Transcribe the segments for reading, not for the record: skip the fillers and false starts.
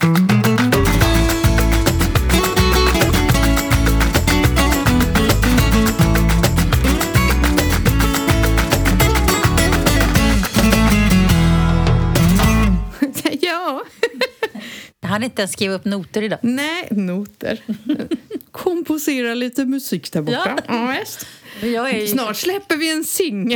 Ja. Jag hann inte ens skriva upp noter idag. Nej, noter. Komposera lite musik där borta. Ja, just. Snart släpper vi en singel.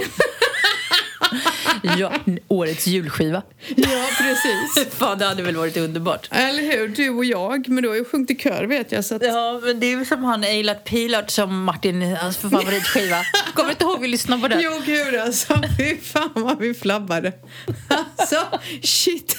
Ja, årets julskiva. Ja, precis. Fan, det hade väl varit underbart. Eller hur, du och jag. Men du har ju sjungit i kör, vet jag. Så att... Ja, men det är ju som han Eilert Pilar som Martin, hans favoritskiva. Kommer inte ihåg vi lyssnade på det? Jo, gud alltså. Fy fan vad vi flabbade. Alltså, shit.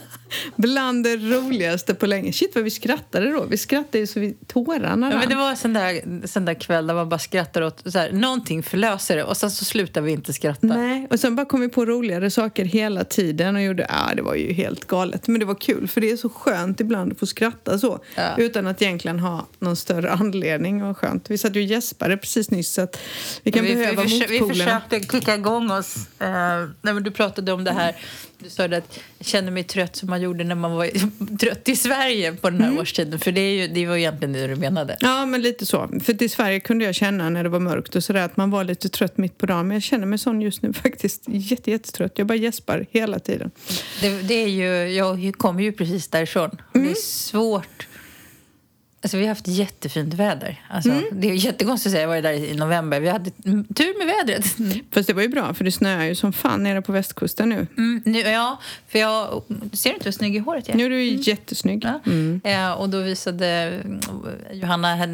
Bland det roligaste på länge. Shit vad vi skrattade då. Vi skrattade ju så vi tårarna. Ja, men det var en sån där kväll där man bara skrattar åt så här, någonting förlöser det och sen så slutar vi inte skratta. Nej, och sen bara kom vi på roligare saker hela tiden och gjorde, det var ju helt galet. Men det var kul för det är så skönt ibland att få skratta så. Ja. Utan att egentligen ha någon större anledning. Och skönt. Vi satt ju och gäspade precis nyss så att vi kan behöva motpolerna. Vi försökte kicka igång oss. När du pratade om det här. Du sa att jag kände mig trött som man gjorde när man var trött i Sverige på den här årstiden. För det var egentligen det du menade. Ja, men lite så. För i Sverige kunde jag känna när det var mörkt och sådär att man var lite trött mitt på dagen. Men jag känner mig sån just nu faktiskt jättetrött. Jag bara gäspar hela tiden. Det är ju, jag kommer ju precis därifrån. Det är svårt. Alltså vi har haft jättefint väder. Alltså, det är jättekonstigt att säga. Jag var där i november. Vi hade tur med vädret. Fast det var ju bra, för det snöar ju som fan nere på västkusten nu. Ja, för jag ser inte hur snygg i håret jag är. Nu är du jättesnygg. Ja. Och då visade Johanna,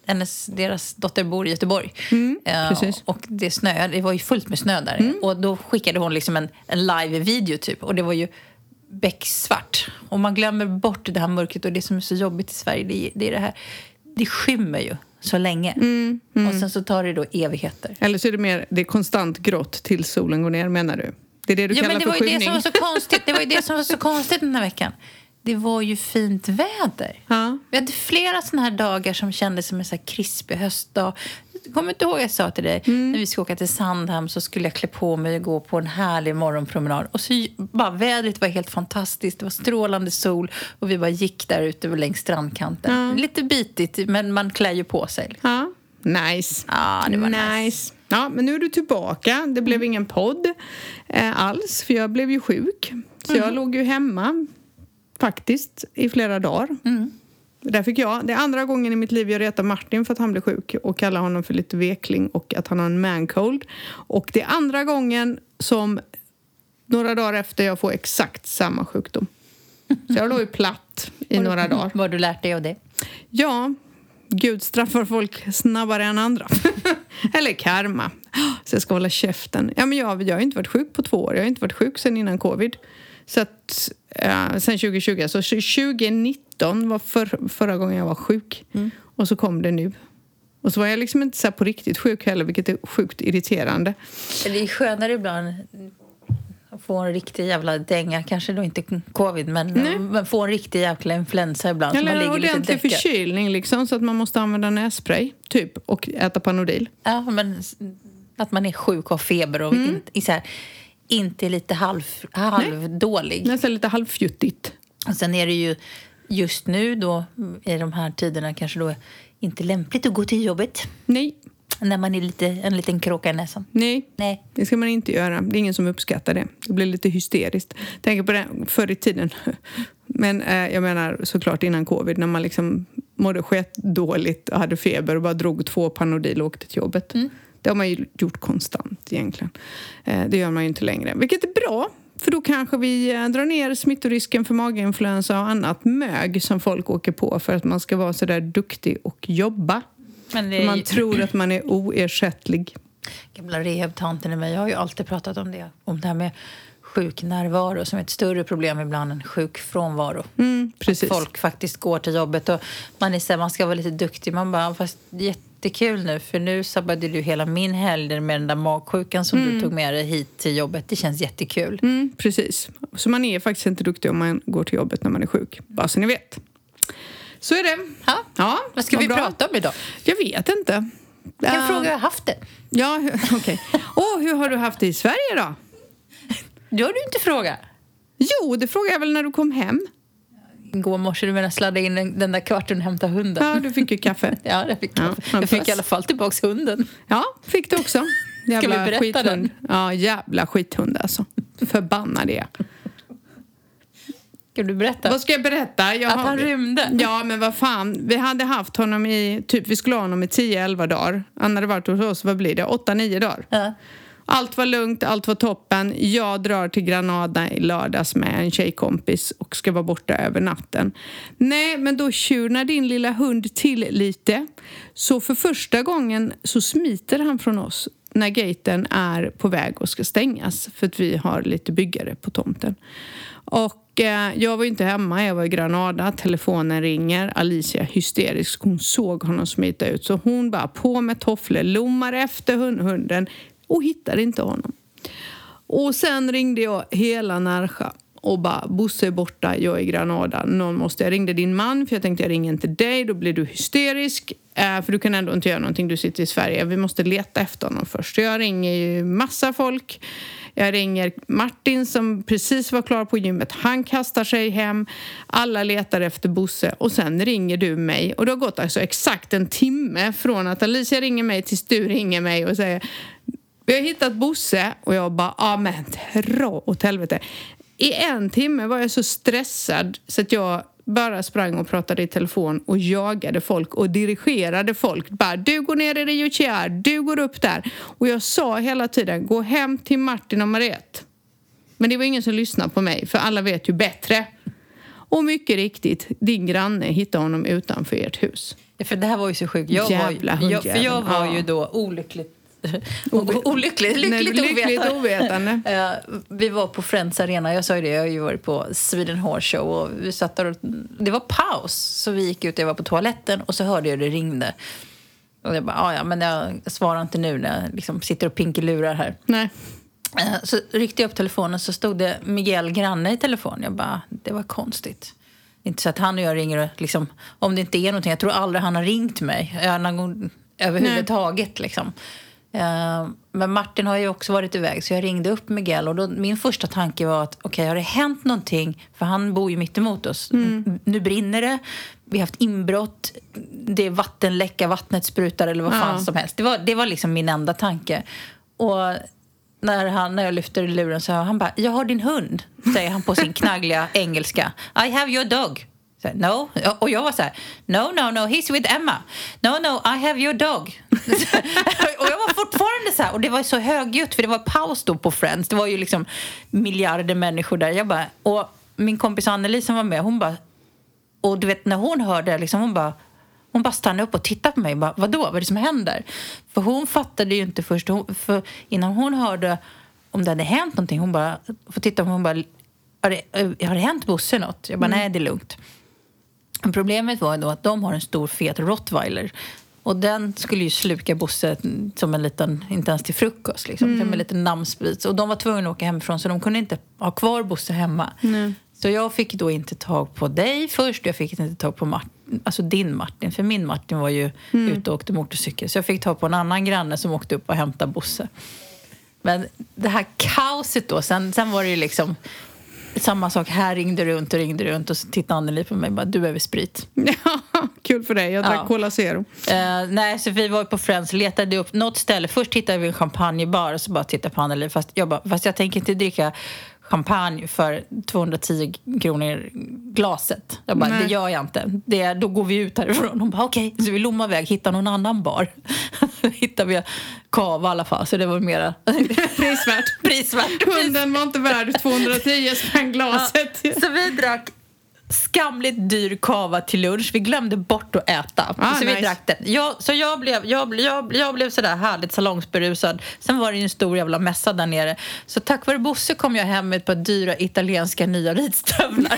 deras dotter bor i Göteborg. Precis. Och det snöade, det var ju fullt med snö där. Och då skickade hon liksom en live-video typ. Och det var ju becksvart. Och man glömmer bort det här mörkret och det som är så jobbigt i Sverige, det är det här, det skymmer ju så länge. Och sen så tar det då evigheter. Eller så är det är konstant grått till solen går ner, menar du? Det är det du kallar för skymning. Men det var ju det som var så konstigt. Det var ju det som var så konstigt den här veckan. Det var ju fint väder. Ja. Vi hade flera såna här dagar som kändes som en så här krispig höstdag. Kommer inte ihåg jag sa till dig när vi skulle åka till Sandhamn så skulle jag klä på mig och gå på en härlig morgonpromenad. Och så bara vädret var helt fantastiskt. Det var strålande sol och vi bara gick där ute längs strandkanten. Ja. Lite bitigt, men man klär ju på sig. Ja, nice. Ja, det var nice. Ja, men nu är du tillbaka. Det blev ingen podd alls för jag blev ju sjuk. Så jag låg ju hemma faktiskt i flera dagar. Där fick jag, det är andra gången i mitt liv jag retar Martin för att han blev sjuk och kallar honom för lite vekling och att han har en man-cold. Och det är andra gången som några dagar efter jag får exakt samma sjukdom. Så jag låg ju platt i några dagar. Vad har du lärt dig av det? Ja, Gud straffar folk snabbare än andra. Eller karma. Så jag ska hålla käften. Ja, men jag har inte varit sjuk på 2 år. Jag har inte varit sjuk sedan innan covid. Så att, sen 2020. Så 2019 var förra gången jag var sjuk. Och så kom det nu. Och så var jag liksom inte så här på riktigt sjuk heller. Vilket är sjukt irriterande. Det är skönare ibland att få en riktig jävla dänga. Kanske då inte covid. Men få en riktig jävla influensa ibland. Eller en ordentlig förkylning liksom. Så att man måste använda nässpray. Typ. Och äta Panodil. Ja, men att man är sjuk och har feber. Och inte lite halvdålig. Nästan lite halvfjuttigt. Och sen är det ju just nu då i de här tiderna kanske då inte lämpligt att gå till jobbet. Nej. När man är en liten kråka i näsan. Nej, det ska man inte göra. Det är ingen som uppskattar det. Det blir lite hysteriskt. Tänker på det förr i tiden. Men jag menar såklart innan covid när man liksom mådde dåligt och hade feber och bara drog 2 Panodil och åkte till jobbet. Det har man ju gjort konstant egentligen. Det gör man ju inte längre. Vilket är bra. För då kanske vi drar ner smittorisken för maginfluensa och annat mög som folk åker på för att man ska vara så där duktig och jobba. Men man tror att man är oersättlig. Gamla rehabtanten i mig, jag har ju alltid pratat om det. Om det här med sjuknärvaro som är ett större problem ibland än sjukfrånvaro. Precis. Att folk faktiskt går till jobbet och man ska vara lite duktig. Man bara, fast jättekul nu. För nu sabbade du hela min helg med den där magsjukan som du tog med dig hit till jobbet. Det känns jättekul. Precis. Så man är faktiskt inte duktig om man går till jobbet när man är sjuk. Bara så ni vet. Så är det. Ja. Vad ska vi prata om idag? Jag vet inte. Vilken fråga har jag haft det? Ja, okej. Hur har du haft det i Sverige då? Det har du inte frågat. Jo, det frågade jag väl när du kom hem. Gå morse, du menar sladda in den där kvarten och hämta hunden. Ja, du fick ju kaffe. Ja, jag fick kaffe. Ja, jag fick i alla fall tillbaka hunden. Ja, fick du också. Jävla Ska vi berätta skithund. den? Ja, jävla skithund alltså. Förbannad det. Ska du berätta? Vad ska jag berätta? Att han rymde. Ja, men vad fan. Vi hade haft honom vi skulle ha honom i 10-11 dagar. Han hade varit hos oss, vad blir det? 8-9 dagar. Ja. Allt var lugnt, allt var toppen. Jag drar till Granada i lördags med en tjejkompis och ska vara borta över natten. Nej, men då tjurnar din lilla hund till lite. Så för första gången så smiter han från oss när gaten är på väg och ska stängas. För att vi har lite byggare på tomten. Och jag var ju inte hemma, jag var i Granada. Telefonen ringer, Alicia hysterisk. Hon såg honom smita ut. Så hon bara på med tofflor, lommar efter hunden och hittar inte honom. Och sen ringde jag hela Närsjö och bara, Bosse är borta, jag är i Granada. Jag ringde din man för jag tänkte jag ringer inte dig, då blir du hysterisk. För du kan ändå inte göra någonting, du sitter i Sverige. Vi måste leta efter honom först. Så jag ringer ju massa folk. Jag ringer Martin som precis var klar på gymmet. Han kastar sig hem. Alla letar efter Bosse. Och sen ringer du mig. Och det har gått alltså exakt en timme från att Alicia ringer mig tills du ringer mig och säger vi har hittat Bosse. Och jag bara, men dra åt helvete. I en timme var jag så stressad så att jag bara sprang och pratade i telefon och jagade folk och dirigerade folk. Bara, du går ner i Rio Chiar, du går upp där. Och jag sa hela tiden, gå hem till Martin och Mariette. Men det var ingen som lyssnade på mig, för alla vet ju bättre. Och mycket riktigt, din granne hittade honom utanför ert hus. Ja, för det här var ju så sjukt. Jag var ju då lyckligt ovetande. Vi var på Friends Arena. Jag sa ju det, jag har ju varit på Sweden Horse Show och vi satt där och det var paus. Så vi gick ut, jag var på toaletten och så hörde jag det ringde. Och jag bara, men jag svarar inte nu när jag liksom sitter och pinkelurar här. Nej. Så ryckte jag upp telefonen så stod det Miguel granne i telefon. Jag bara, det var konstigt. Inte så att han och jag ringer liksom, om det inte är någonting. Jag tror aldrig han har ringt mig överhuvudtaget liksom. Men Martin har ju också varit iväg så jag ringde upp Miguel och då, min första tanke var att okej, har det hänt någonting? För han bor ju mitt emot oss. Nu brinner det. Vi har haft inbrott. Det är vattenläcka, vattnet sprutar eller vad fan som helst. Det var liksom min enda tanke. Och när jag lyfter luren så han bara, jag har din hund, säger han på sin knaggliga engelska. I have your dog. No. Och jag var så här, no, he's with Emma. No, I have your dog. Och jag var fortfarande så här, och det var så högljutt för det var paus då på Friends. Det var ju liksom miljarder människor där. Jag bara, och min kompis Anneli som var med, hon bara, och du vet när hon hörde liksom, hon bara stannade upp och tittade på mig. Bara, vadå? Vad är det som händer? För hon fattade ju inte först. För innan hon hörde om det hade hänt någonting. Hon bara, för titta på hon bara, har det hänt Bosse något? Jag bara, nej det är lugnt. Problemet var då att de har en stor fet rottweiler. Och den skulle ju sluka Bosse som en liten, inte ens till frukost liksom. Som en liten namnsbit. Och de var tvungna att åka hemifrån så de kunde inte ha kvar Bosse hemma. Så jag fick då inte tag på dig först. Jag fick inte tag på alltså din Martin. För min Martin var ju ute och åkte motorcykel. Så jag fick tag på en annan granne som åkte upp och hämtade Bosse. Men det här kaoset då. Sen var det ju liksom samma sak. Här ringde runt. Och så tittade Anneli på mig och bara, du behöver sprit. Ja, kul för dig. Jag drack Cola Zero. Nej, så vi var på Friends. Letade upp något ställe. Först hittade vi en champagnebar. Och så bara tittade på Anneli. Fast jag tänker inte dricka champagne för 210 kronor glaset. Jag bara, det gör jag inte. Då går vi ut härifrån. Hon bara, okej. Så vi lommar iväg, hittar någon annan bar. Hittar vi Kava i alla fall. Så det var mera prisvärt. Hunden var inte värd 210 spänn glaset. Ja, så vi drack skamligt dyr Kava till lunch. Vi glömde bort att äta. Så vi drack den. Jag blev sådär härligt salongsberusad. Sen var det en stor jävla mässa där nere. Så tack vare Bosse kom jag hem med ett par dyra italienska nya ridstövlar.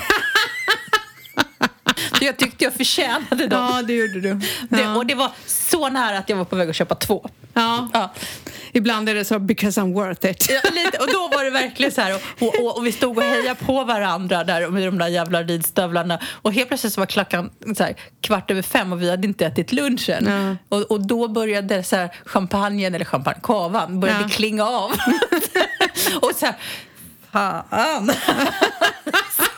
Jag tyckte jag förtjänade dem. Ja, det gjorde du. Ja. Och det var så nära att jag var på väg att köpa 2. Ja. Ibland är det så, because I'm worth it. Ja, lite. Och då var det verkligen så här. Och vi stod och hejade på varandra där med de där jävla ridstövlarna. Och helt plötsligt så var klockan så här, 4:15 och vi hade inte ätit lunchen. Ja. Och då började så här, kavan började klinga av. Och så här, fan.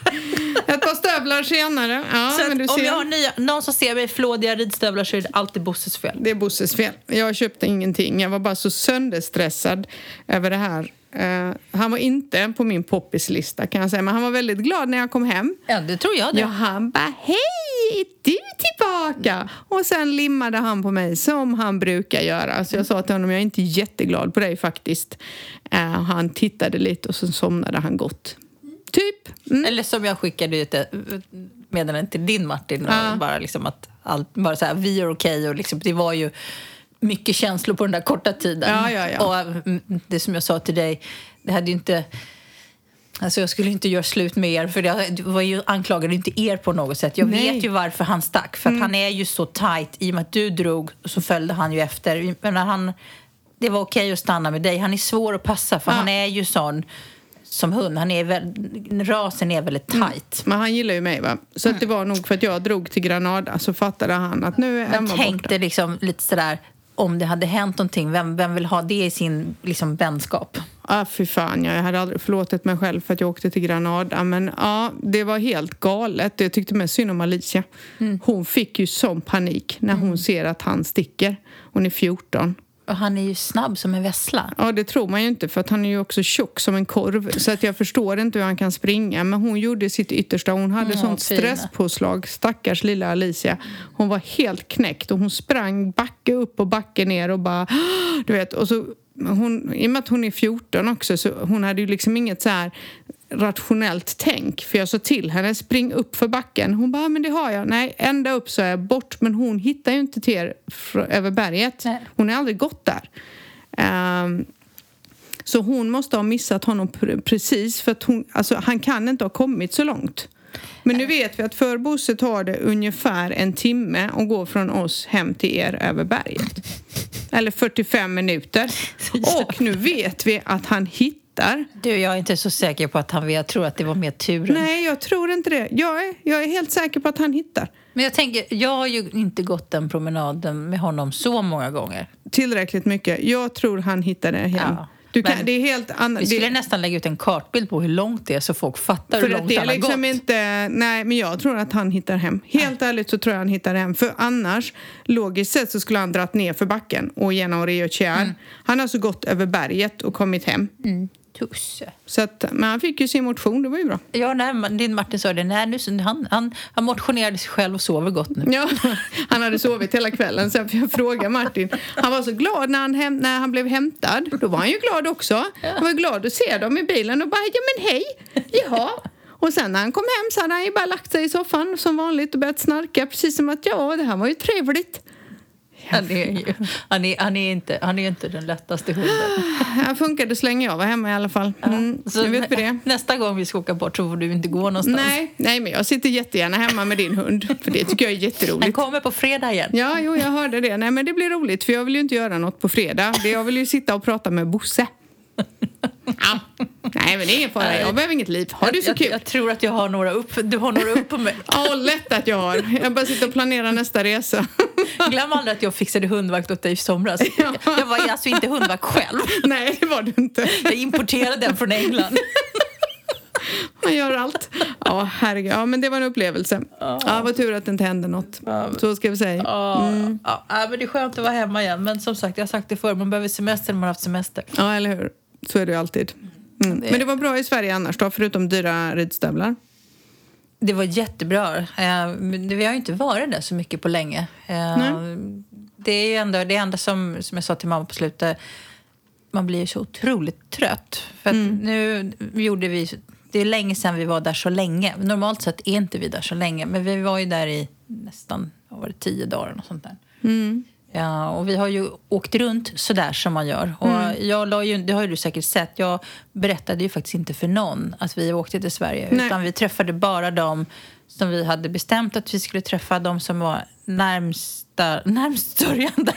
Ett par stövlar senare. Ja, Så men du om ser. jag har någon som ser mig flådiga ridstövlar så är det alltid Bosses fel. Det är Bosses fel. Jag köpte ingenting. Jag var bara så sönderstressad över det här. Han var inte på min poppislista kan jag säga. Men han var väldigt glad när jag kom hem. Ja, det tror jag det. Ja, han bara, hej, är du tillbaka? Och sen limmade han på mig som han brukar göra. Så jag sa till honom, jag är inte jätteglad på dig faktiskt. Han tittade lite och så somnade han gott. Typ. Eller som jag skickade ut meddelande till din Martin. Och bara liksom att allt, bara så här, vi är okej. Och liksom, det var ju mycket känslor på den där korta tiden. Ja. Och det som jag sa till dig, det hade ju inte... Alltså jag skulle inte göra slut med er, för det var ju, anklagade inte er på något sätt. Jag vet ju varför han stack, för att han är ju så tight. I och med att du drog så följde han ju efter. Men det var okej att stanna med dig. Han är svår att passa, för han är ju sån som hund. Rasen är väldigt tight. Men han gillar ju mig, va? Så att det var nog för att jag drog till Granada, så fattade han att nu är Emma borta. Jag tänkte liksom lite sådär, om det hade hänt någonting, vem vill ha det i sin liksom vänskap? Fy fan, jag hade aldrig förlåtit mig själv för att jag åkte till Granada. Men ja, det var helt galet. Jag tyckte mest synd om Alicia. Hon fick ju sån panik när hon ser att han sticker. Hon är 14. Och han är ju snabb som en vessla. Ja, det tror man ju inte, för att han är ju också tjock som en korv. Så att jag förstår inte hur han kan springa. Men hon gjorde sitt yttersta. Hon hade sånt stresspåslag. Stackars lilla Alicia. Hon var helt knäckt. Och hon sprang backe upp och backe ner och bara... Du vet, och så... I och med att hon är 14 också, så hon hade ju liksom inget så här rationellt tänk. För jag sa till henne, spring upp för backen. Hon bara, men det har jag. Nej, ända upp så är jag bort. Men hon hittar ju inte till er över berget. Nej. Hon har aldrig gått där. Så hon måste ha missat honom precis. För att han kan inte ha kommit så långt. Men nu vet vi att för Bosse tar det ungefär en timme att gå från oss hem till er över berget. Eller 45 minuter. Och nu vet vi att han hittar. Du, jag är inte så säker på att han vet. Jag tror att det var mer turen. Nej, jag tror inte det. Jag är helt säker på att han hittar. Men jag tänker, jag har ju inte gått den promenaden med honom så många gånger. Tillräckligt mycket. Jag tror han hittar det hem. Ja. Det är helt vi skulle nästan lägga ut en kartbild på hur långt det är så folk fattar hur långt det är han har liksom gått. Inte, nej, men jag tror att han hittar hem. Helt ärligt så tror jag han hittar hem. För annars, logiskt sett, så skulle han dratt ner för backen och genom Rio Chiar. Han har alltså gått över berget och kommit hem. Tusse. Så att, men han fick ju sin motion, det var ju bra. Ja, nej, din Martin sa det. Nej, nu, han motionerade sig själv och sover gott nu. Ja, han hade sovit hela kvällen. Så jag frågade Martin. Han var så glad när han blev hämtad. Då var han ju glad också. Han var glad att se dem i bilen och bara, ja men hej, jaha. Och sen när han kom hem så hade han ju bara lagt sig i soffan som vanligt och börjat snarka. Precis som att, ja, det här var ju trevligt. Han är inte den lättaste hunden. Han funkade så länge jag var hemma i alla fall. Så nu vet vi det. Nästa gång vi ska åka bort så får du inte gå någonstans. Nej, men jag sitter jättegärna hemma med din hund. För det tycker jag är jätteroligt. Han kommer på fredag igen. Ja, jag hörde det. Nej, men det blir roligt för jag vill ju inte göra något på fredag. Jag vill ju sitta och prata med Bosse. Ja. Nej, men det är ingen fara. Jag behöver inget liv. Har du så kul? Jag tror att jag har några upp. Du har några upp på mig. Ja, lätt att jag har. Jag bara sitter och planerar nästa resa. Glöm aldrig att jag fixade hundvakt åt dig i somras. Ja. Jag var alltså inte hundvakt själv. Nej, det var du inte. Jag importerade den från England. Man gör allt. Ja, herregud. Ja, men det var en upplevelse. Ja, vad tur att det inte hände något. Så ska vi säga. Ja, men det är skönt att vara hemma igen. Men som sagt, jag har sagt det förr. Man behöver semester när man har haft semester. Ja, eller hur? Så är det ju alltid. Men det var bra i Sverige annars då, förutom dyra ridstövlar. Det var jättebra. Vi har ju inte varit där så mycket på länge. Det är ju ändå det enda som jag sa till mamma på slutet. Man blir ju så otroligt trött. För att nu gjorde vi... Det är länge sedan vi var där så länge. Normalt sett är inte vi där så länge. Men vi var ju där i nästan 10 dagar och sånt där. Ja, och vi har ju åkt runt så där som man gör. Och det har ju du säkert sett. Jag berättade ju faktiskt inte för någon att vi åkte till Sverige. Nej. Utan vi träffade bara de som vi hade bestämt att vi skulle träffa. De som var närmst sörjande.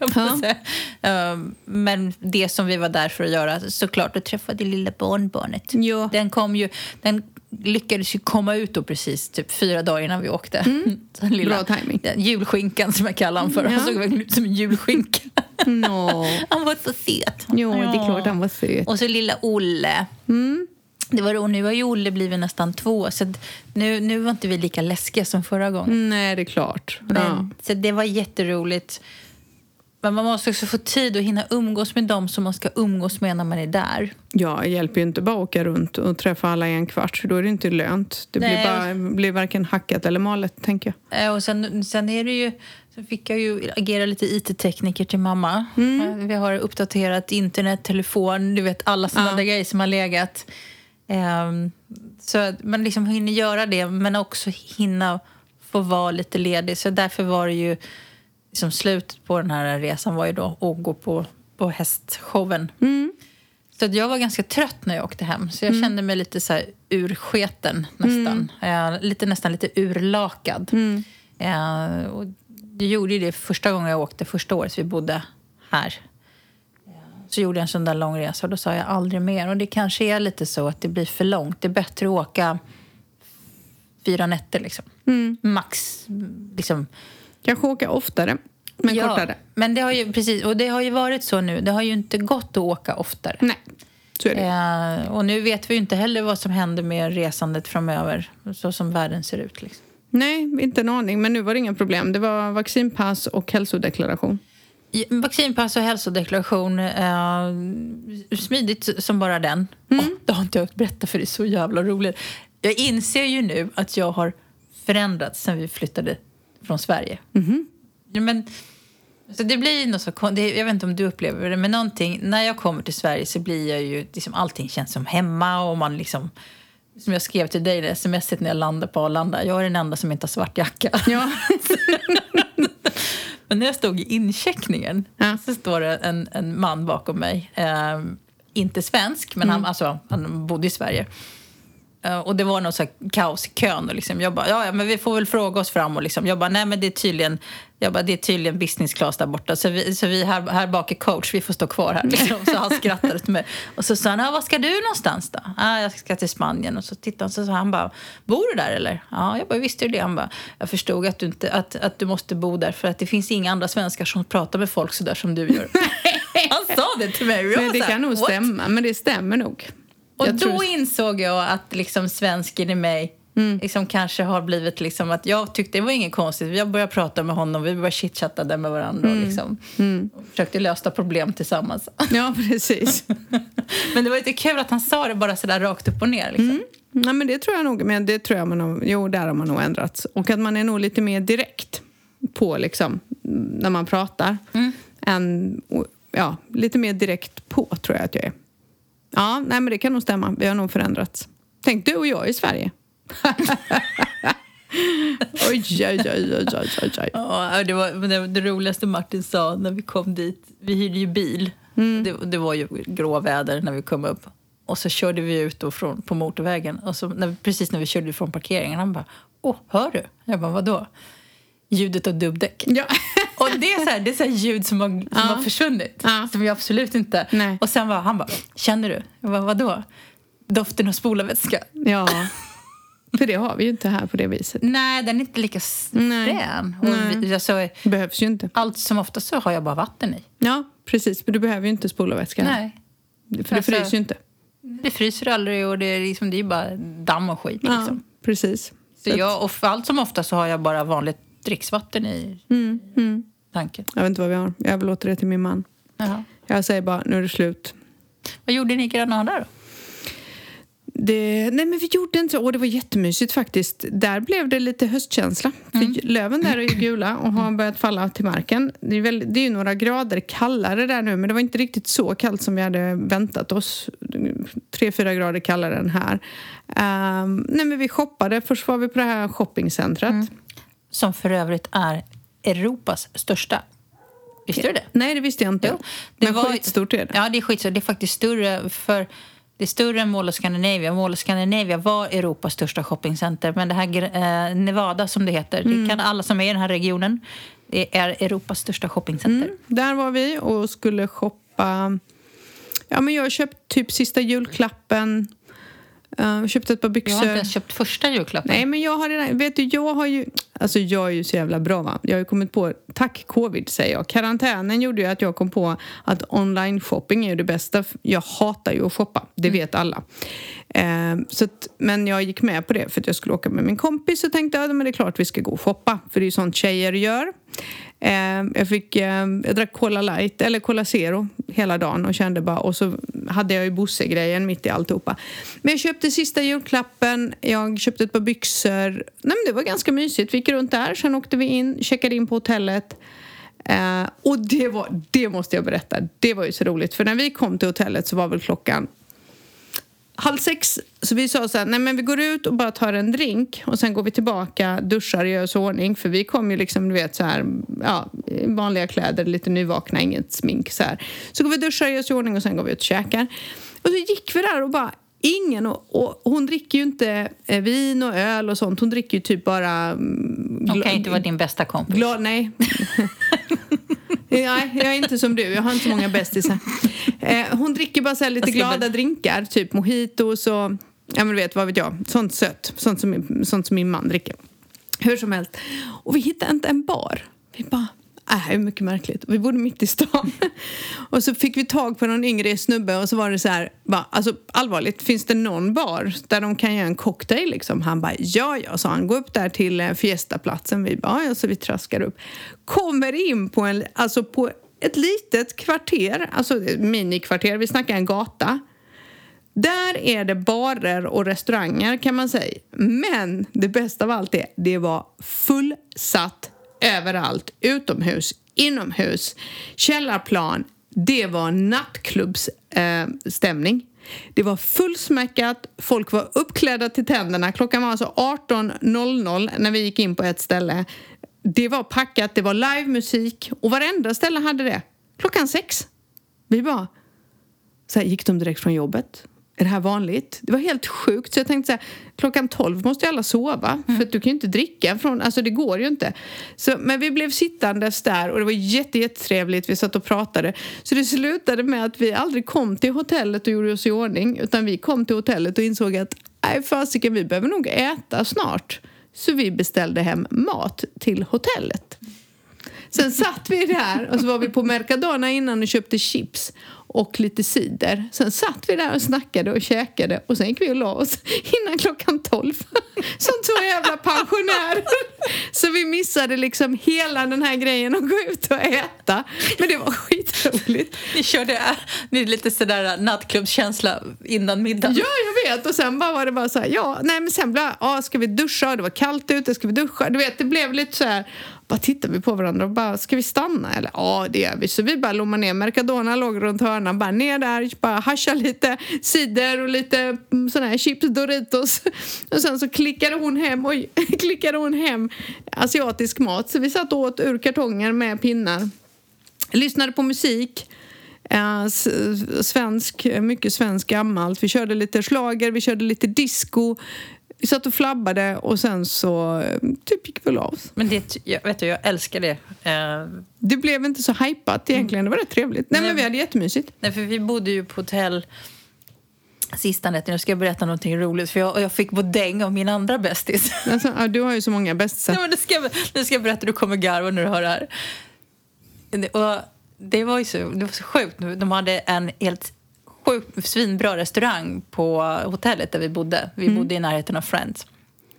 Men det som vi var där för att göra, såklart, att träffa det lilla barnbarnet. Jo. Den lyckades ju komma ut då precis typ 4 dagar innan vi åkte. Bra timing. Julskinkan som jag kallar honom för. Han såg verkligen ut som en julskinka. No. Han var så söt. Jo, det är klart han var söt. Och så lilla Olle. Det var och nu har ju Olle blivit nästan 2, så nu var inte vi lika läskiga som förra gången. Nej, det är klart. Men, så det var jätteroligt. Men man måste också få tid att hinna umgås med dem som man ska umgås med när man är där. Ja, det hjälper ju inte bara att åka runt och träffa alla i en kvart. Då är det inte lönt. Det blir varken hackat eller malet, tänker jag. Och sen är det ju... Så fick jag ju agera lite IT-tekniker till mamma. Vi har uppdaterat internet, telefon, du vet alla sådana grejer som har legat. Så att man liksom hinner göra det, men också hinna få vara lite ledig. Så därför var det ju liksom slutet på den här resan var ju då att gå på hästshowen. Så att jag var ganska trött när jag åkte hem. Så jag kände mig lite så här ursketen nästan. Nästan lite urlakad. Och jag gjorde det första gången jag åkte, första året vi bodde här. Så gjorde jag en sån där lång resa och då sa jag aldrig mer. Och det kanske är lite så att det blir för långt. Det är bättre att åka 4 nätter liksom. Max liksom. Kanske åka oftare, men kortare. Men det har ju precis, och det har ju varit så nu. Det har ju inte gått att åka oftare. Nej, så är det. Och nu vet vi ju inte heller vad som händer med resandet framöver. Så som världen ser ut liksom. Nej, inte en aning. Men nu var det inga problem. Det var vaccinpass och hälsodeklaration. Vaccinpass och hälsodeklaration. Smidigt som bara den. Det har inte jag berättat för det är så jävla roligt. Jag inser ju nu att jag har förändrats sen vi flyttade från Sverige. Men, så det blir något så... Jag vet inte om du upplever det, men någonting... När jag kommer till Sverige så blir jag ju... Liksom, allting känns som hemma och man liksom... Som jag skrev till dig, det sms:et när jag landade på Arlanda. Jag är den enda som inte har svart jacka. Ja. Men när jag stod i incheckningen så står det en man bakom mig. Inte svensk, men han bodde i Sverige. Och det var något så här kaos i kön. Och liksom, jag bara, ja, men vi får väl fråga oss fram. Och liksom, jag bara, nej men det är tydligen business class där borta. Så vi här bak är coach, vi får stå kvar här. Liksom. Så han skrattade till mig. Och så sa han, vad ska du någonstans då? Jag ska till Spanien. Och så tittade han, så sa han bara, bor du där eller? Ja, jag bara, visste du det? Han bara, jag förstod att du måste bo där. För att det finns inga andra svenskar som pratar med folk så där som du gör. Han sa det till mig. Men det kan nog stämma, men det stämmer nog. Och då insåg jag att liksom svensken i mig liksom kanske har blivit liksom att jag tyckte det var inget konstigt. Jag började prata med honom, vi började chitchatta med varandra och liksom och försökte lösa problem tillsammans. Ja, precis. Men det var lite kul att han sa det bara sådär rakt upp och ner liksom. Nej, men det tror jag nog, men det tror jag där har man nog ändrats. Och att man är nog lite mer direkt på liksom när man pratar lite mer direkt på tror jag att jag är. Ja, nej men det kan nog stämma. Vi har nog förändrats. Tänk du och jag i Sverige. Oj. Ja, det var det roligaste Martin sa när vi kom dit. Vi hyrde ju bil. Det var ju gråväder när vi kom upp. Och så körde vi ut då på motorvägen. Och så precis när vi körde från parkeringen, han bara, hör du? Jag bara, vadå? Ljudet av dubbdäck. Ja. Och det är så här ljud som har försvunnit. Ja. Som jag absolut inte... Nej. Och sen han bara, känner du? Jag bara, vadå? Doften av spolarvätska. Ja. För det har vi ju inte här på det viset. Nej, den är inte lika frän. Det behövs ju inte. Allt som ofta så har jag bara vatten i. Ja, precis. Men du behöver ju inte spolarvätska. Nej. För det fryser ju inte. Det fryser aldrig och det är ju bara damm och skit. Liksom. Ja, precis. Så och för allt som ofta så har jag bara vanligt dricksvatten i tanken. Jag vet inte vad vi har. Jag överlåter det till min man. Jaha. Jag säger bara, nu är det slut. Vad gjorde ni i Granada då? Nej, men vi gjorde inte så. Det var jättemysigt faktiskt. Där blev det lite höstkänsla. För löven där är ju gula och har börjat falla till marken. Det är ju några grader kallare där nu. Men det var inte riktigt så kallt som vi hade väntat oss. 3-4 grader kallare än här. Nej, men vi shoppade. Först var vi på det här shoppingcentret. Som för övrigt är Europas största. Visste du det? Nej, det visste jag inte. Jo, det var skitstort är det. Ja, det är skitstort. Det är faktiskt större för... Det är större än Mall of Scandinavia. Mall of Scandinavia var Europas största shoppingcenter. Men det här Nevada som det heter, det kan alla som är i den här regionen. Det är Europas största shoppingcenter. Där var vi och skulle shoppa. Ja, men jag har köpt typ sista julklappen. Köpt ett par byxor. Jag har inte ens köpt första julklappen. Nej, men jag har redan, vet du, jag har ju Alltså jag är ju så jävla bra, va? Jag har ju kommit på, tack covid säger jag. Karantänen gjorde ju att jag kom på att online shopping är ju det bästa. Jag hatar ju att shoppa, det vet alla. Men jag gick med på det för att jag skulle åka med min kompis och tänkte att men det är klart vi ska gå och shoppa. För det är ju sånt tjejer gör. Jag drack Cola Light eller Cola Zero hela dagen och kände bara, och så hade jag ju Bosse-grejen mitt i alltihopa. Men jag köpte sista julklappen, jag köpte ett par byxor. Nej, men det var ganska mysigt, vi gick runt där, sen åkte vi in, checkade in på hotellet. Och det måste jag berätta, det var ju så roligt. För när vi kom till hotellet så var väl klockan 5:30, så vi sa så här, nej men vi går ut och bara tar en drink och sen går vi tillbaka, duschar, gör oss ordning, för vi kom ju liksom, du vet så här, ja, vanliga kläder, lite nyvakna, inget smink så här. Så går vi duschar, gör oss ordning och sen går vi ut och käkar. Och så gick vi där och bara ingen, och hon dricker ju inte vin och öl och sånt, hon dricker ju typ bara Hon kan inte vara din bästa kompis. Nej. Nej, jag är inte som du. Jag har inte så många bästisar. Hon dricker bara så här lite glada drinkar. Typ mojitos och... Ja, men du vet, vad vet jag. Sånt sött. Sånt som min man dricker. Hur som helst. Och vi hittade inte en bar. Vi bara... det är mycket märkligt. Vi bodde mitt i stan. Och så fick vi tag på någon yngre snubbe. Och så var det så här... Alltså allvarligt, finns det någon bar där de kan göra en cocktail liksom? Han bara, ja. Så han går upp där till Fiestaplatsen. Vi bara, ja. Så vi traskar upp. Kommer in på på ett litet kvarter. Alltså minikvarter. Vi snackar en gata. Där är det barer och restauranger kan man säga. Men det bästa av allt är, det var fullsatt överallt, utomhus, inomhus, källarplan. Det var nattklubbsstämning. Det var fullsmäckat, folk var uppklädda till tänderna. Klockan var alltså 18:00 när vi gick in på ett ställe. Det var packat, det var livemusik och varenda ställe hade det. Klockan 6. Vi bara, så här, gick de direkt från jobbet? Är det här vanligt? Det var helt sjukt. Så jag tänkte så här, klockan 12 måste ju alla sova. För att du kan ju inte dricka från... Alltså det går ju inte. Men vi blev sittandes där och det var jättetrevligt. Vi satt och pratade. Så det slutade med att vi aldrig kom till hotellet och gjorde oss i ordning. Utan vi kom till hotellet och insåg att nej fasiken, vi behöver nog äta snart. Så vi beställde hem mat till hotellet. Sen satt vi där och så var vi på Mercadona innan och köpte chips och lite cider. Sen satt vi där och snackade och käkade och sen gick vi och la oss innan klockan 12. Som 2 jävla pensionärer. Så vi missade liksom hela den här grejen att gå ut och äta. Men det var skitroligt. Ni är lite sådär nattklubbskänsla innan middagen. Ja, jag vet. Och sen bara var det bara så här, men sen blev ska vi duscha? Det var kallt ute, ska vi duscha? Du vet, det blev lite så här. Bara tittade vi på varandra och bara, ska vi stanna? Eller ja, det gör vi. Så vi bara lommade ner. Mercadona låg runt hörnan. Bara ner där, bara hascha lite cider och lite sådana här chips Doritos. Och sen så klickade hon hem asiatisk mat. Så vi satt och åt ur kartonger med pinnar. Lyssnade på musik. Mycket svensk gammalt. Vi körde lite slager, vi körde lite disco. Vi satt och flabbade och sen så typ gick vi av oss. Men jag älskar det. Det blev inte så hypat egentligen. Det var rätt trevligt. Nej, men vi hade jättemysigt. Nej, för vi bodde ju på hotell sista nätten. Nu ska jag berätta någonting roligt. För jag fick bodäng av min andra bästis. Alltså, du har ju så många bästisar. Nej, men nu ska jag berätta. Du kommer garva när du hör det här. Och det var så sjukt. De hade en helt svinbra restaurang på hotellet där vi bodde. Vi bodde i närheten av Friends.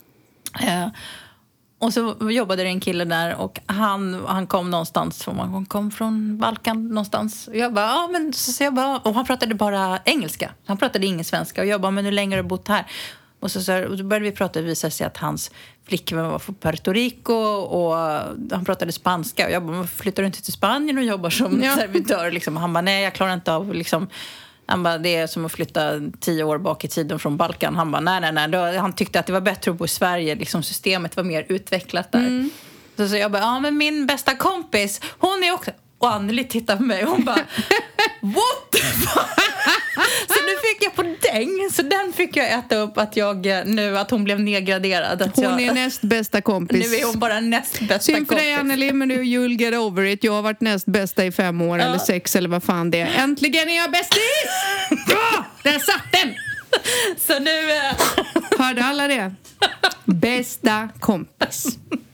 Och så jobbade det en kille där och han kom någonstans, han kom från Balkan någonstans. Och jag bara, och han pratade bara engelska. Han pratade ingen svenska. Och jag bara, men hur länge har du bott här? Och så började vi prata och visade sig att hans flickvän var från Puerto Rico och han pratade spanska. Och jag bara, flyttar du inte till Spanien och jobbar som servitör? Liksom. Han bara, nej jag klarar inte av liksom... Han bara, det är som att flytta 10 år bak i tiden från Balkan. Han bara, nej. Han tyckte att det var bättre att bo i Sverige. Liksom systemet var mer utvecklat där. Så jag bara, men min bästa kompis, hon är också... Och Anneli tittar på mig och hon bara, what the fuck? Så nu fick jag på däng. Så den fick jag äta upp att hon blev nedgraderad. Hon är näst bästa kompis. Nu är hon bara näst bästa kompis. Synd för dig Anneli, men you'll get over it. Jag har varit näst bästa i 5 år eller 6 eller vad fan det är. Äntligen är jag bästis! Bra! Där satt den! Så nu... Hörde alla det? Bästa kompis.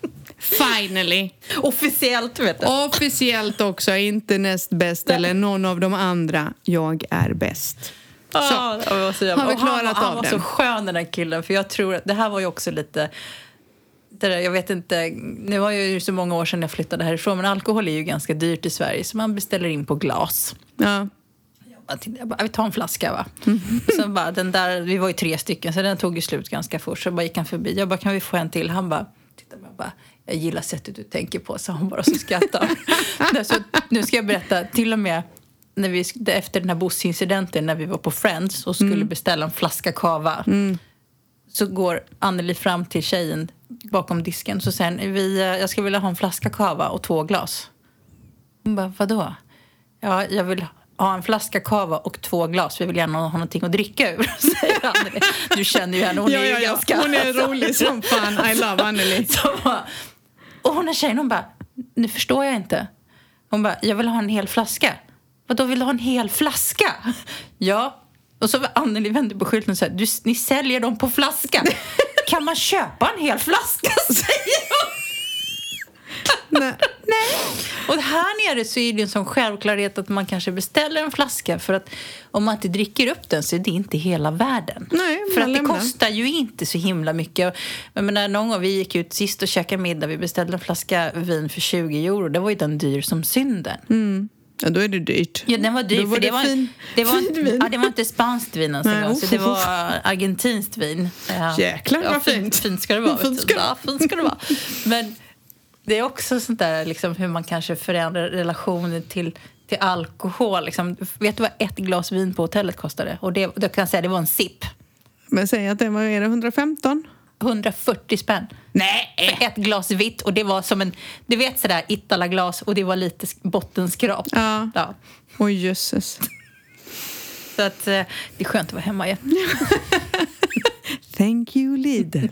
Finally. Officiellt, vet du. Officiellt också, inte näst bäst eller någon av de andra. Jag är bäst. Så, har vi klarat av han var så skön, den där killen. För jag tror att det här var ju också lite... Det där, jag vet inte, det var ju så många år sedan jag flyttade härifrån. Men alkohol är ju ganska dyrt i Sverige. Så man beställer in på glas. Ja. Jag bara, vi tar en flaska, va? Och sen bara, den där, vi var ju 3 stycken. Så den tog ju slut ganska fort. Så bara gick han förbi. Jag bara, kan vi få en till? Han bara, titta på mig, bara, jag gillar sättet du tänker på. Så han bara så skrattar. Så, nu ska jag berätta, till och med när vi, efter den här bussincidenten när vi var på Friends och skulle beställa en flaska kava, så går Anneli fram till tjejen bakom disken, så säger jag ska vilja ha en flaska kava och 2 glas. Hon bara, vadå? Ja, jag vill ha en flaska kava och 2 glas. Vi vill gärna ha någonting att dricka ur, säger Anneli. Du känner ju henne, hon är ju ganska... Hon är rolig som fan, I love Anneli. Och hon är tjejen, hon bara, nu förstår jag inte. Hon bara, jag vill ha en hel flaska. Vadå, vill du ha en hel flaska? Ja. Och så var Anneli vände på skylten och sa, ni säljer dem på flaska. Kan man köpa en hel flaska, säger hon. Nej. Och här nere så är det en sån självklarhet att man kanske beställer en flaska, för att om man inte dricker upp den så är det inte hela världen. Nej, för att det kostar ju inte så himla mycket. Men när någon gång vi gick ut sist och käkade middag, vi beställde en flaska vin för 20 euro. Det var ju den dyr som synden. Ja, då är det dyrt. Ja, den var dyr, för det var inte spanskt vin ens. Nej, så det var argentinskt vin. Jäklar vad fint. Fint ska det vara. Fint ska det vara. Men det är också sånt där liksom, hur man kanske förändrar relationen till alkohol. Liksom. Vet du vad 1 glas vin på hotellet kostade? Och det kan jag säga, det var en sipp. Men säg att det var 115? 140 spänn. Nej! För 1 glas vitt. Och det var som en, du vet sådär, Italaglas. Och det var lite bottenskrap. Ja. Oj, jösses. Så att det är skönt att vara hemma igen. Thank you, Lidl.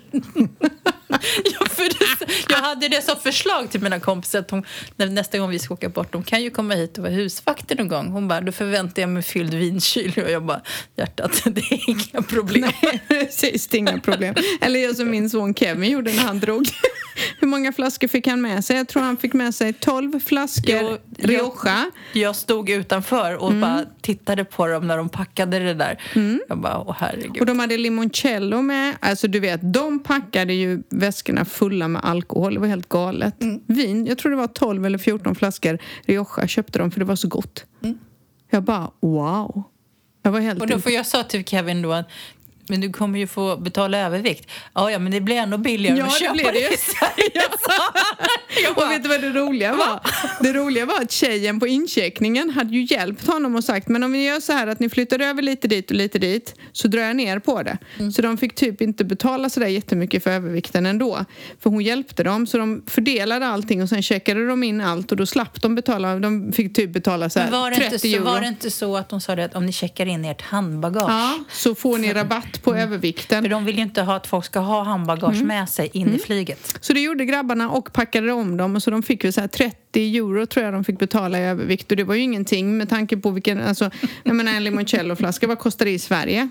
Jag hade det som förslag till mina kompisar att nästa gång vi ska åka bort, de kan ju komma hit och vara husvakter någon gång. Hon bara, då förväntar jag mig fylld vinkyl. Och jag bara, hjärtat, det är inga problem. Nej, precis, inga problem. Eller jag som min son Kevin gjorde när han drog. Hur många flaskor fick han med sig? Jag tror han fick med sig 12 flaskor Rioja. Jag stod utanför och bara tittade på dem när de packade det där. Jag bara, herregud. Och de hade limoncello med. Alltså du vet, de packade ju väskorna fulla med alkohol. Det var helt galet. Vin, jag tror det var 12 eller 14 flaskor Rioja köpte de för det var så gott. Jag bara, wow. Jag var helt... Och då får jag sa till Kevin då att, men du kommer ju få betala övervikt. Ja, men det blir ändå billigare att köpa det i Sverige. Och vet du vad det roliga var? Det roliga var att tjejen på incheckningen hade ju hjälpt honom och sagt, men om vi gör så här att ni flyttar över lite dit och lite dit, så drar jag ner på det. Så de fick typ inte betala så där jättemycket för övervikten ändå. För hon hjälpte dem, så de fördelade allting och sen checkade de in allt och då slapp de betala. De fick typ betala så här 30 euro. Var det inte så att de sa det att om ni checkar in ert handbagage, så får ni rabatt på övervikten. För de vill ju inte ha att folk ska ha handbagage med sig in i flyget. Så det gjorde grabbarna och packade om dem. Och så de fick väl så här 30 euro tror jag de fick betala i övervikt. Och det var ju ingenting med tanke på vilken... Alltså, jag menar en limoncello-flaska, vad kostar det i Sverige?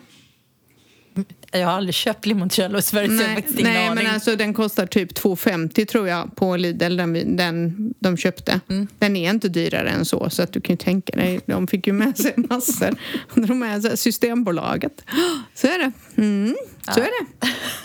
Jag har aldrig köpt limoncello i Sverige, så jag har faktiskt ingen aning. Men alltså den kostar typ 2,50 tror jag på Lidl, den de köpte. Den är inte dyrare än så att du kan ju tänka dig, de fick ju med sig massor. De är Systembolaget. Så är det. Så är det.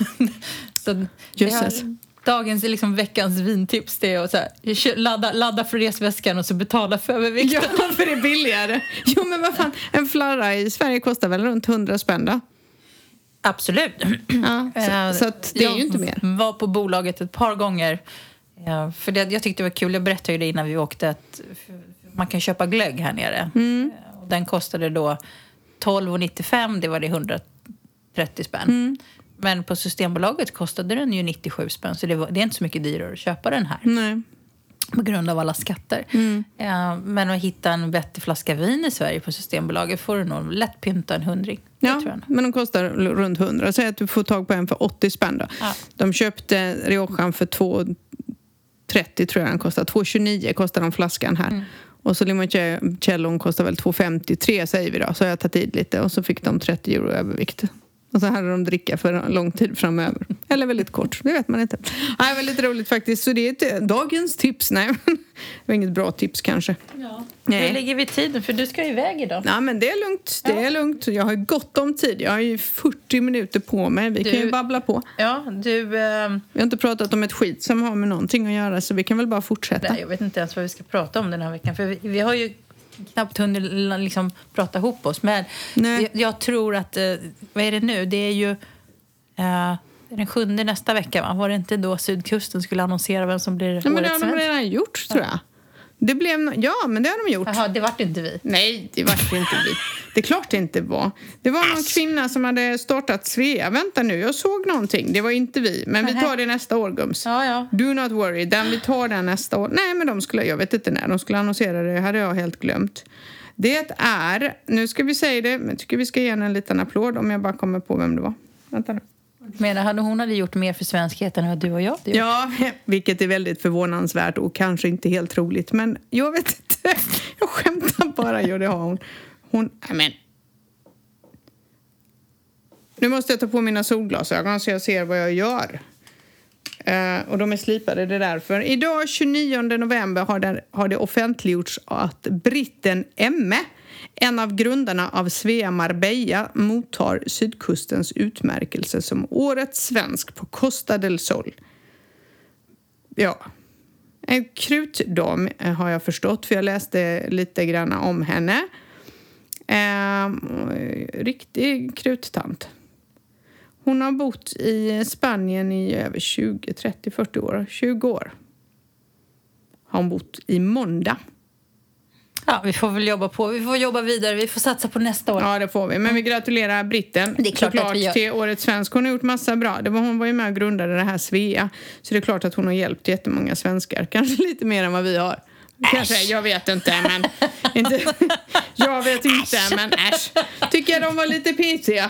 Så dagens liksom veckans vintips, det är att så här, ladda för resväskan och så betala för övervikten. Ja, för det är billigare. Jo, men vad fan, en flarra i Sverige kostar väl runt 100 spänn då? Absolut. Ja, så att det är ju inte mer. Jag var på bolaget ett par gånger. För jag tyckte det var kul. Jag berättade ju det innan vi åkte att man kan köpa glögg här nere. Den kostade då 12,95. Det var det 130 spänn. Men på Systembolaget kostade den ju 97 spänn. Så det är inte så mycket dyrare att köpa den här. Nej. På grund av alla skatter. Men att hitta en vettig flaska vin i Sverige på Systembolaget får du nog lätt pynta en 100. Ja, men de kostar runt 100. Säg att du får tag på en för 80 spänn då. Ja. De köpte Riojan för 2,30 tror jag den kostar. 2,29 kostar de flaskan här. Och så limoncello kostar väl 2,53 säger vi då. Så jag tar tid lite och så fick de 30 euro övervikt. Och så hade de dricka för lång tid framöver. Eller väldigt kort, det vet man inte. Nej, väldigt roligt faktiskt. Så det är dagens tips. Nej, det var inget bra tips kanske. Ja. Hur ligger vi i tiden? För du ska ju iväg idag. Nej, men det är lugnt. Det är lugnt. Jag har gott om tid. Jag har ju 40 minuter på mig. Vi kan ju babbla på. Ja, du... Vi har inte pratat om ett skit som har med någonting att göra. Så vi kan väl bara fortsätta. Nej, jag vet inte ens vad vi ska prata om den här veckan. För vi har ju knappt hunnit liksom prata ihop oss. Men jag tror att... vad är det nu? Det är ju... den 7 nästa vecka, va? Var det inte då Sydkusten skulle annonsera vem som blir årets svensk? Men det har de redan gjort, tror jag. Det blev men det har de gjort. Jaha, det vart inte vi. Nej, det vart inte vi. Det är klart det inte var. Det var någon kvinna som hade startat Svea. Vänta nu, jag såg någonting. Det var inte vi. Men vi tar det nästa år, Gums. Ja. Do not worry. Vi tar den nästa år. Nej, men jag vet inte när de skulle annonsera det. Hade jag helt glömt. Det är, nu ska vi säga det. Men jag tycker vi ska ge henne en liten applåd om jag bara kommer på vem det var. Vänta nu. Men hon hade gjort mer för svenskheten än vad du och jag hade gjort. Ja, vilket är väldigt förvånansvärt och kanske inte helt troligt. Men jag vet inte. Jag skämtar bara. Jo, det har hon. Men. Nu måste jag ta på mina solglasögon så jag ser vad jag gör. Och de är slipade, det är därför. Idag, 29 november, har det offentliggjorts att britten Emme, en av grundarna av Svea Marbella, mottar Sydkustens utmärkelse som årets svensk på Costa del Sol. Ja, en krutdam har jag förstått, för jag läste lite grann om henne. Riktig kruttant. Hon har bott i Spanien i över 20, 30, 40 år. 20 år har hon bott i Monda. Ja, vi får väl jobba på. Vi får jobba vidare. Vi får satsa på nästa år. Ja, det får vi. Men vi gratulerar britten. Det är klart att vi gör. Till årets svensk. Hon har gjort massa bra. Hon var ju med och grundade det här Svea. Så det är klart att hon har hjälpt jättemånga svenskar. Kanske lite mer än vad vi har. Kanske, jag vet inte, men inte. Jag vet inte, men äsch. Tycker jag de var lite pitiga.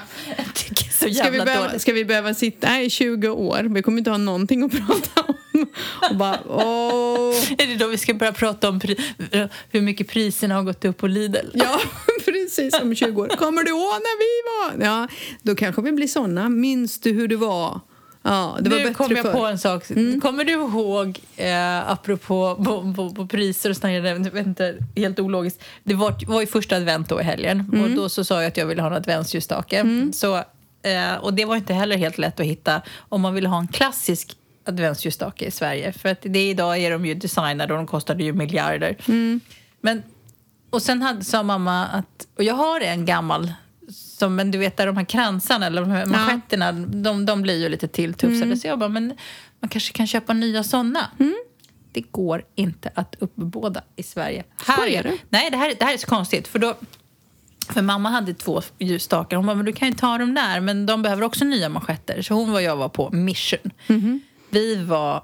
Ska vi behöva sitta här i 20 år? Vi kommer inte ha någonting att prata om. Och bara, Är det då vi ska börja prata om hur mycket priserna har gått upp på Lidl? Ja, precis, om 20 år. Kommer du ihåg när vi var? Ja, då kanske vi blir såna. Minns du hur det var? Ja, det var bättre kom jag på en sak. Kommer du ihåg, apropå på priser och sånt, jag vet inte, helt ologiskt. Det var ju första advent då i helgen. Och då så sa jag att jag ville ha en adventsljusstake. Så, och det var inte heller helt lätt att hitta om man ville ha en klassisk adventsljusstake i Sverige. För att idag är de ju designade och de kostade ju miljarder. Men, och sen sa mamma att, och jag har en gammal, men du vet där de här kransarna eller de här manschetterna, de blir ju lite tilltufsade. Så jag bara, men man kanske kan köpa nya sådana. Det går inte att uppbåda i Sverige. Nej, det här är så konstigt. För mamma hade 2 ljusstakar. Hon bara, men du kan ju ta dem där. Men de behöver också nya manschetter. Så hon och jag var på mission. Vi var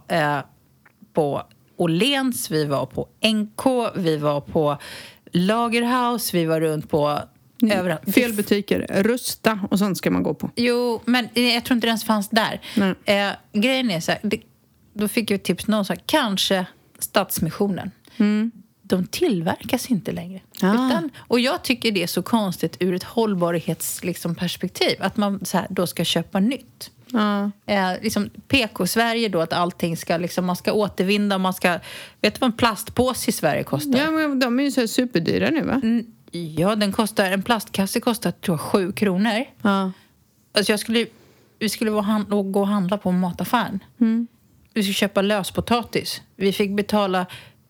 på Åhléns, vi var på NK, vi var på Lagerhaus, vi var runt på överallt. Fel butiker, Rusta och sånt ska man gå på. Jo, men jag tror inte det ens fanns där. Grejen är så här, då fick jag ett tips någon sa, kanske Stadsmissionen. De tillverkas inte längre. Och jag tycker det är så konstigt ur ett hållbarhetsperspektiv. Att man så här, då ska köpa nytt. Liksom PK-Sverige då, att allting ska man ska återvinna, man ska, vet du vad en plastpåse i Sverige kostar? Ja, men de är ju så här superdyra nu, va? Ja, en plastkasse kostar tror jag 7 kronor. Alltså vi skulle gå och handla på mataffären. Vi skulle köpa löspotatis. Vi fick betala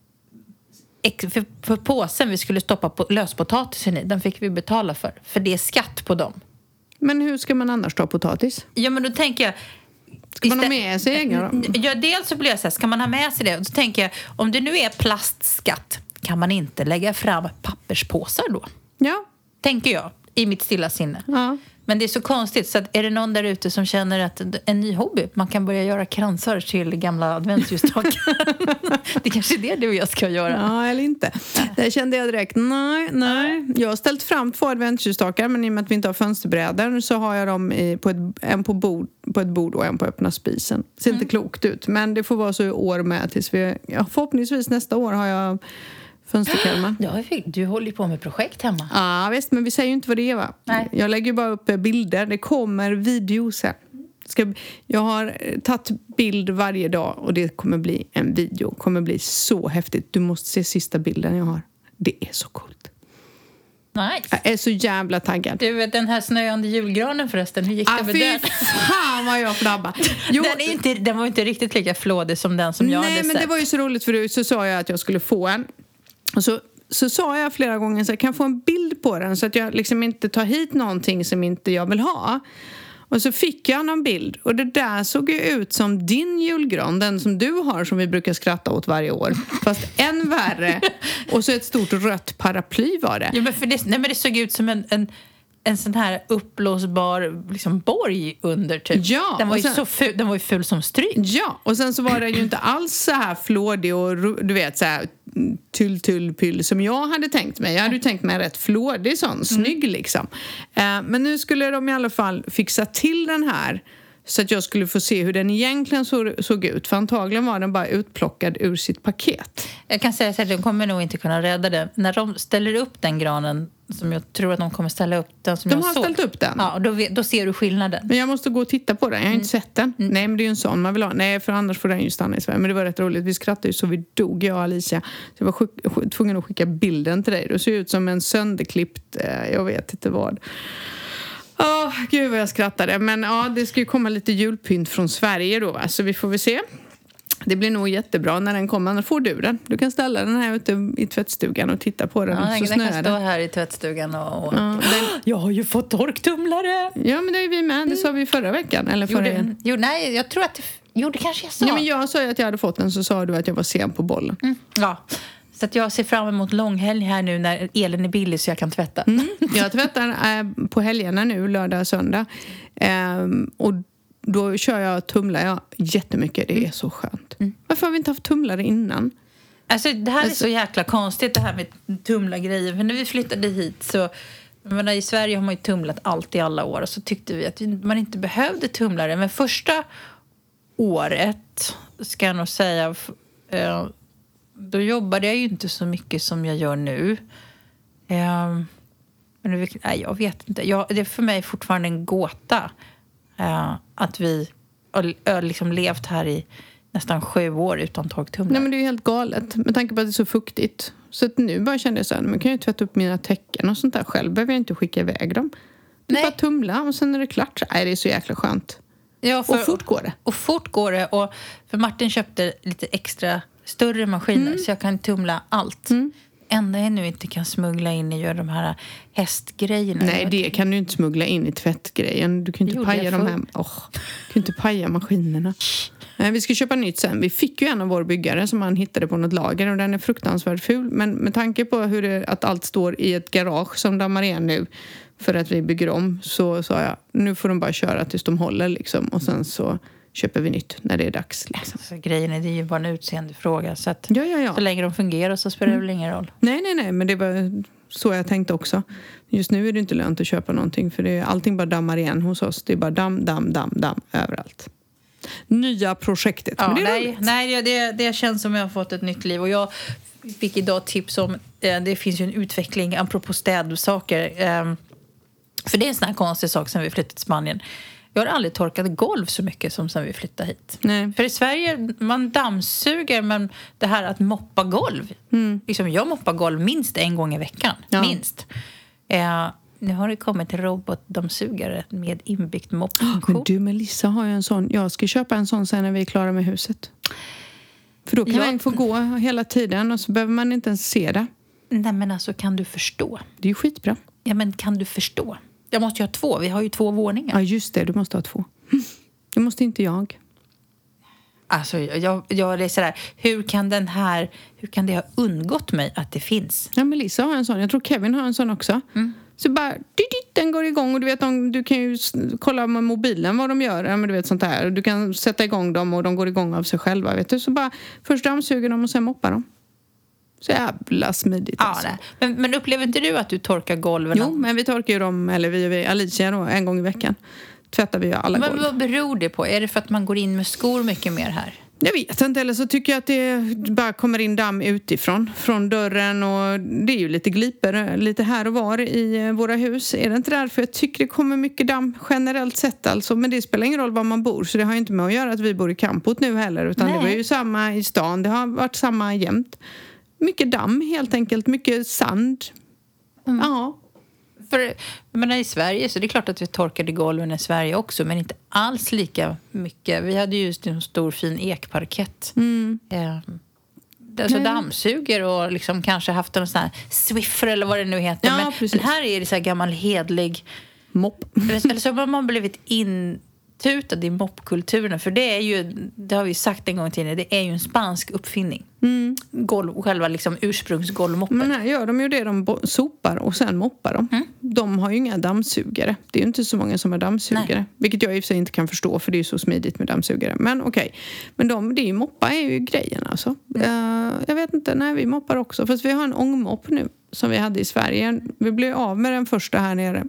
för påsen vi skulle stoppa på löspotatisen i. Den fick vi betala för det är skatt på dem. Men hur ska man annars ta potatis? Ja, men då tänker jag... Ska man ha med sig egna då? Ja, dels så blir jag så här, ska man ha med sig det? Och så tänker jag, om det nu är plastskatt, kan man inte lägga fram papperspåsar då? Ja. Tänker jag, i mitt stilla sinne. Ja. Men det är så konstigt, så att är det någon där ute som känner att en ny hobby, man kan börja göra kransar till gamla adventsljusstakar. Det kanske är det du och jag ska göra. Ja, eller inte. Det kände jag direkt. Nej. Jag har ställt fram 2 adventsljusstakar, men i och med att vi inte har fönsterbrädor så har jag dem en på ett bord och en på öppna spisen. Det ser inte klokt ut, men det får vara så i år med tills förhoppningsvis nästa år har jag fönsterkarmar. Ja, du håller ju på med projekt hemma. Ja, visst, men vi säger ju inte vad det är, va? Nej. Jag lägger ju bara upp bilder. Det kommer videos här. Jag har tagit bild varje dag och det kommer bli en video. Det kommer bli så häftigt. Du måste se sista bilden jag har. Det är så coolt. Nice. Jag är så jävla taggad. Du vet den här snöande julgranen förresten, hur gick det med den? Fan vad jag flabbade. Den var inte riktigt lika flådig som den som jag hade sett. Nej, men det var ju så roligt för så sa jag att jag skulle få en. Och så sa jag flera gånger så jag kan få en bild på den så att jag liksom inte tar hit någonting som inte jag vill ha. Och så fick jag någon bild och det där såg ju ut som din julgran, den som du har som vi brukar skratta åt varje år. Fast än värre. Och så ett stort rött paraply var det. Ja, men det såg ut som en sån här uppblåsbar liksom borg under typ. Ja, den var ju så ful, den var ju ful som stryk. Ja, och sen så var det ju inte alls så här flådig och du vet så här tull som jag hade tänkt mig. Jag hade ju tänkt mig rätt flådig sån, snygg liksom. Men nu skulle de i alla fall fixa till den här så att jag skulle få se hur den egentligen såg ut. För antagligen var den bara utplockad ur sitt paket. Jag kan säga så att de kommer nog inte kunna rädda det. När de ställer upp den granen som jag tror att de kommer ställa upp den som de jag har såg. Ställt upp den. Ja, då ser du skillnaden. Men jag måste gå och titta på den. Jag har inte sett den. Nej, men det är ju en sån man vill ha. Nej, för annars får den ju stanna i Sverige. Men det var rätt roligt. Vi skrattade ju så vi dog, jag och Alicia. Så jag var tvungen att skicka bilden till dig. Det ser ut som en sönderklippt, jag vet inte vad. Gud vad jag skrattade. Men ja, det ska ju komma lite julpynt från Sverige då, va? Så vi får väl se. Det blir nog jättebra när den kommer. När får du den? Du kan ställa den här ute i tvättstugan och titta på den. Ja, så den kan stå här i tvättstugan och jag har ju fått torktumlare. Ja, men det är vi med. Det sa vi förra veckan. Eller förra igen. Nej, jag tror att det kanske jag sa. Ja, men jag sa ju att jag hade fått den, så sa du att jag var sen på bollen. Ja. Så att jag ser fram emot långhelg här nu när elen är billig så jag kan tvätta. Jag tvättar på helgerna nu, lördag och söndag. Och då kör jag tumlar jättemycket. Det är så skönt. Varför har vi inte haft tumlare innan? Alltså det här är så jäkla konstigt det här med tumlargrejer. För när vi flyttade hit så... I Sverige har man ju tumlat allt i alla år. Och så tyckte vi att man inte behövde tumlare. Men första året ska jag nog säga... Då jobbade jag ju inte så mycket som jag gör nu. Men jag vet inte. Det är för mig fortfarande en gåta att vi har liksom levt här i nästan 7 år utan torktumlare. Nej, men det är ju helt galet. Med tanke på att det är så fuktigt. Så att nu bara kände jag så här, man kan ju tvätta upp mina täcken och sånt där själv. Behöver jag inte skicka iväg dem. Det är bara tumla och sen är det klart. Nej, det är så jäkla skönt. Ja, och fort går det. Och fort går det. Och för Martin köpte lite extra större maskiner så jag kan tumla allt. Enda jag nu inte kan smuggla in i de här hästgrejerna. Nej, det kan du inte smuggla in i tvättgrejen. Du kan inte paja de här. Du kan inte paja maskinerna. Nej, vi ska köpa nytt sen. Vi fick ju en av vår byggare som han hittade på något lager och den är fruktansvärt ful. Men med tanke på att allt står i ett garage som dammar igen nu för att vi bygger om, så sa jag, nu får de bara köra tills de håller liksom. Och sen så köper vi nytt när det är dags. Liksom. Så grejen är, det är ju bara en utseendefråga. Så att ja. Så länge de fungerar så spelar det väl ingen roll. Nej, men det var så jag tänkte också. Just nu är det inte lönt att köpa någonting för allting bara dammar igen hos oss. Det är bara damm överallt. Nya projektet. Ja, men det känns som jag har fått ett nytt liv. Och jag fick idag tips om, det finns ju en utveckling apropå städsaker. För det är en sån här konstig sak sen vi flyttade till Spanien. Jag har aldrig torkat golv så mycket som sen vi flyttade hit. Nej. För i Sverige, man dammsuger, men det här att moppa golv. Liksom, jag moppar golv minst en gång i veckan. Ja. Minst. Nu har det kommit robotdammsugare med inbyggt moppfunktion. Men du, Melissa har ju en sån. Jag ska köpa en sån sen när vi är klara med huset. För då kan man få gå hela tiden och så behöver man inte ens se det. Nej, men alltså, kan du förstå? Det är ju skitbra. Ja, men kan du förstå? Jag måste ju ha 2. Vi har ju 2 våningar. Ja, just det. Du måste ha 2. Det måste inte jag. Alltså, jag är sådär. Hur kan det ha undgått mig att det finns? Ja, Melissa har en sån. Jag tror Kevin har en sån också. Så bara, den går igång. Och du vet, du kan ju kolla med mobilen vad de gör. Men du vet sånt här. Du kan sätta igång dem och de går igång av sig själva. Vet du? Så bara, först dammsuger de och sen moppar de. Så jävla smidigt. Ja, alltså. Men upplever inte du att du torkar golven? Jo, men vi torkar ju dem, eller vi Alicia då, en gång i veckan. Tvättar vi ju alla golv. Men vad beror det på? Är det för att man går in med skor mycket mer här? Jag vet inte, eller så tycker jag att det bara kommer in damm utifrån, från dörren, och det är ju lite gliper lite här och var i våra hus. Är det inte därför jag tycker det kommer mycket damm generellt sett alltså, men det spelar ingen roll var man bor, så det har ju inte med att göra att vi bor i campot nu heller, utan det var ju samma i stan, det har varit samma jämt. Mycket damm helt enkelt, mycket sand. Ja. För i Sverige så det är klart att vi torkade golven i Sverige också, men inte alls lika mycket. Vi hade ju just en stor fin ekparkett. Alltså dammsuger och liksom kanske haft en sån här Swiffer eller vad det nu heter. Ja, men här är det så här gammal hedlig mopp. Eller så har man blivit intutad i moppkulturen. För det är ju, det har vi sagt en gång tidigare, det är ju en spansk uppfinning. Själva liksom ursprungsgolvmoppen. Men här gör de ju det, de sopar och sen moppar de. De har ju inga dammsugare. Det är ju inte så många som har dammsugare. Nej. Vilket jag i och för sig inte kan förstå, för det är ju så smidigt med dammsugare. Men okej. Men det är ju moppa är ju grejen alltså. Jag vet inte, nej vi moppar också. Fast vi har en ångmopp nu som vi hade i Sverige. Vi blev av med den första här nere.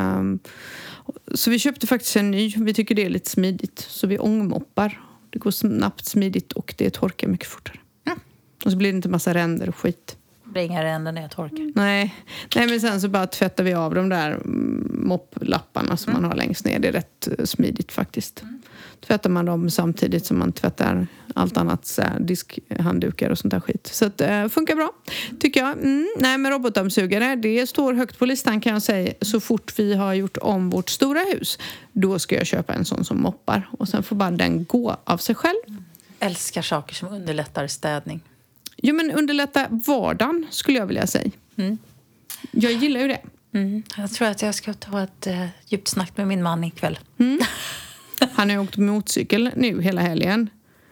Så vi köpte faktiskt en ny. Vi tycker det är lite smidigt. Så vi ångmoppar. Det går snabbt, smidigt och det torkar mycket fortare. Och så blir det inte massa ränder och skit. Det blir inga ränder när jag torkar. Nej, men sen så bara tvättar vi av de där mopplapparna som man har längst ner. Det är rätt smidigt faktiskt. Tvättar man dem samtidigt som man tvättar allt annat, så här, diskhanddukar och sånt där skit. Så det funkar bra, tycker jag. Nej, men robotdammsugare, det står högt på listan kan jag säga. Så fort vi har gjort om vårt stora hus, då ska jag köpa en sån som moppar. Och sen får bara den gå av sig själv. Älskar saker som underlättar städning. Jo, men underlätta vardagen skulle jag vilja säga. Jag gillar ju det. Jag tror att jag ska ta ett djupt snack med min man ikväll. Han har ju åkt motorcykel nu hela helgen.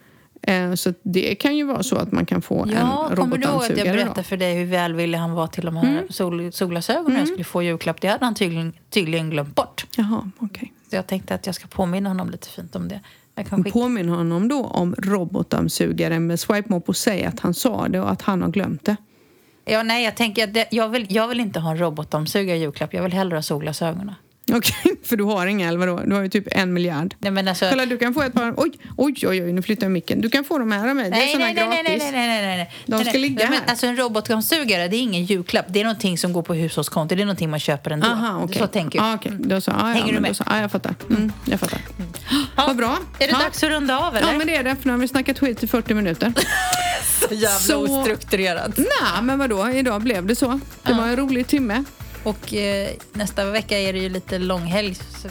Så det kan ju vara så att man kan få en robotdammsugare. Kommer du ihåg att jag berättade för dig hur välvillig han var till de här solglasögonen jag skulle få julklapp? Det hade han tydligen glömt bort. Jaha, okej. Så jag tänkte att jag ska påminna honom lite fint om det. Påminner honom då om robotdammsugare med swipe-mopp och säga att han sa det och att han har glömt det. Ja, nej, jag tänker att jag vill inte ha en robotdammsugare i julklapp. Jag vill hellre ha solglasögonen. Okej, för du har inga, eller vadå? Du har ju typ 1 miljard. Nej, men alltså... Kolla, du kan få ett par... Oj, nu flyttar jag micken. Du kan få dem här av mig. Det är såna gratis. Nej. De ska ligga här. Men, alltså en robotdammsugare, det är ingen julklapp. Det är någonting som går på hushållskonto. Det är någonting man köper ändå. Aha, okay. Så tänker jag. Okej. Då så. Hänger du med? Jag fattar. Jag fattar. Vad bra. Är det dags att runda av, eller? Ja, men det är det. För nu har vi snackat skit i 40 minuter. Så jävla ostrukturerat. Nej, men vadå? Idag blev det så. Det var en rolig timme. Och nästa vecka är det ju lite långhelg, så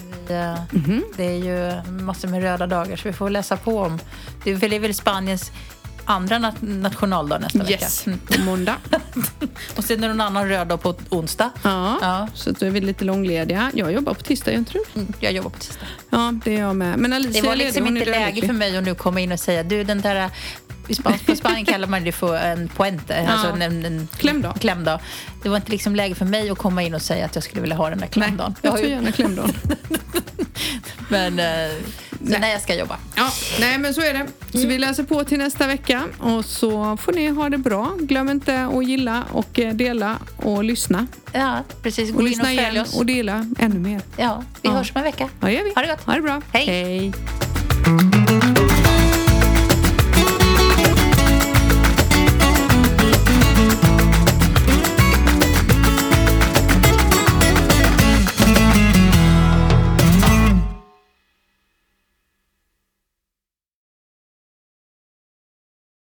det är ju massor med röda dagar, så vi får läsa på om. Det är väl Spaniens andra nationaldag nästa vecka. Yes, på måndag. Och sen är det någon annan röd dag på onsdag. Ja, så då är vi lite långlediga. Jag jobbar på tisdag, jag tror. Jag jobbar på tisdag. Ja, det är jag med. Men Alicia, det var liksom inte läge för mig att nu komma in och säga, du, den där... På Spanien kallar man det för en puente, alltså en klämdag. Det var inte liksom läge för mig att komma in och säga att jag skulle vilja ha den där klämdagen. Nej, jag tror gärna klämdagen. Men när jag ska jobba. Ja, nej, men så är det. Så vi läser på till nästa vecka och så får ni ha det bra. Glöm inte att gilla och dela och lyssna. Ja, precis. Gå och lyssna in och igen oss. Och dela ännu mer. Ja, vi hörs om en vecka. Ja, det gör vi. Ha det gott. Ha det bra. Hej.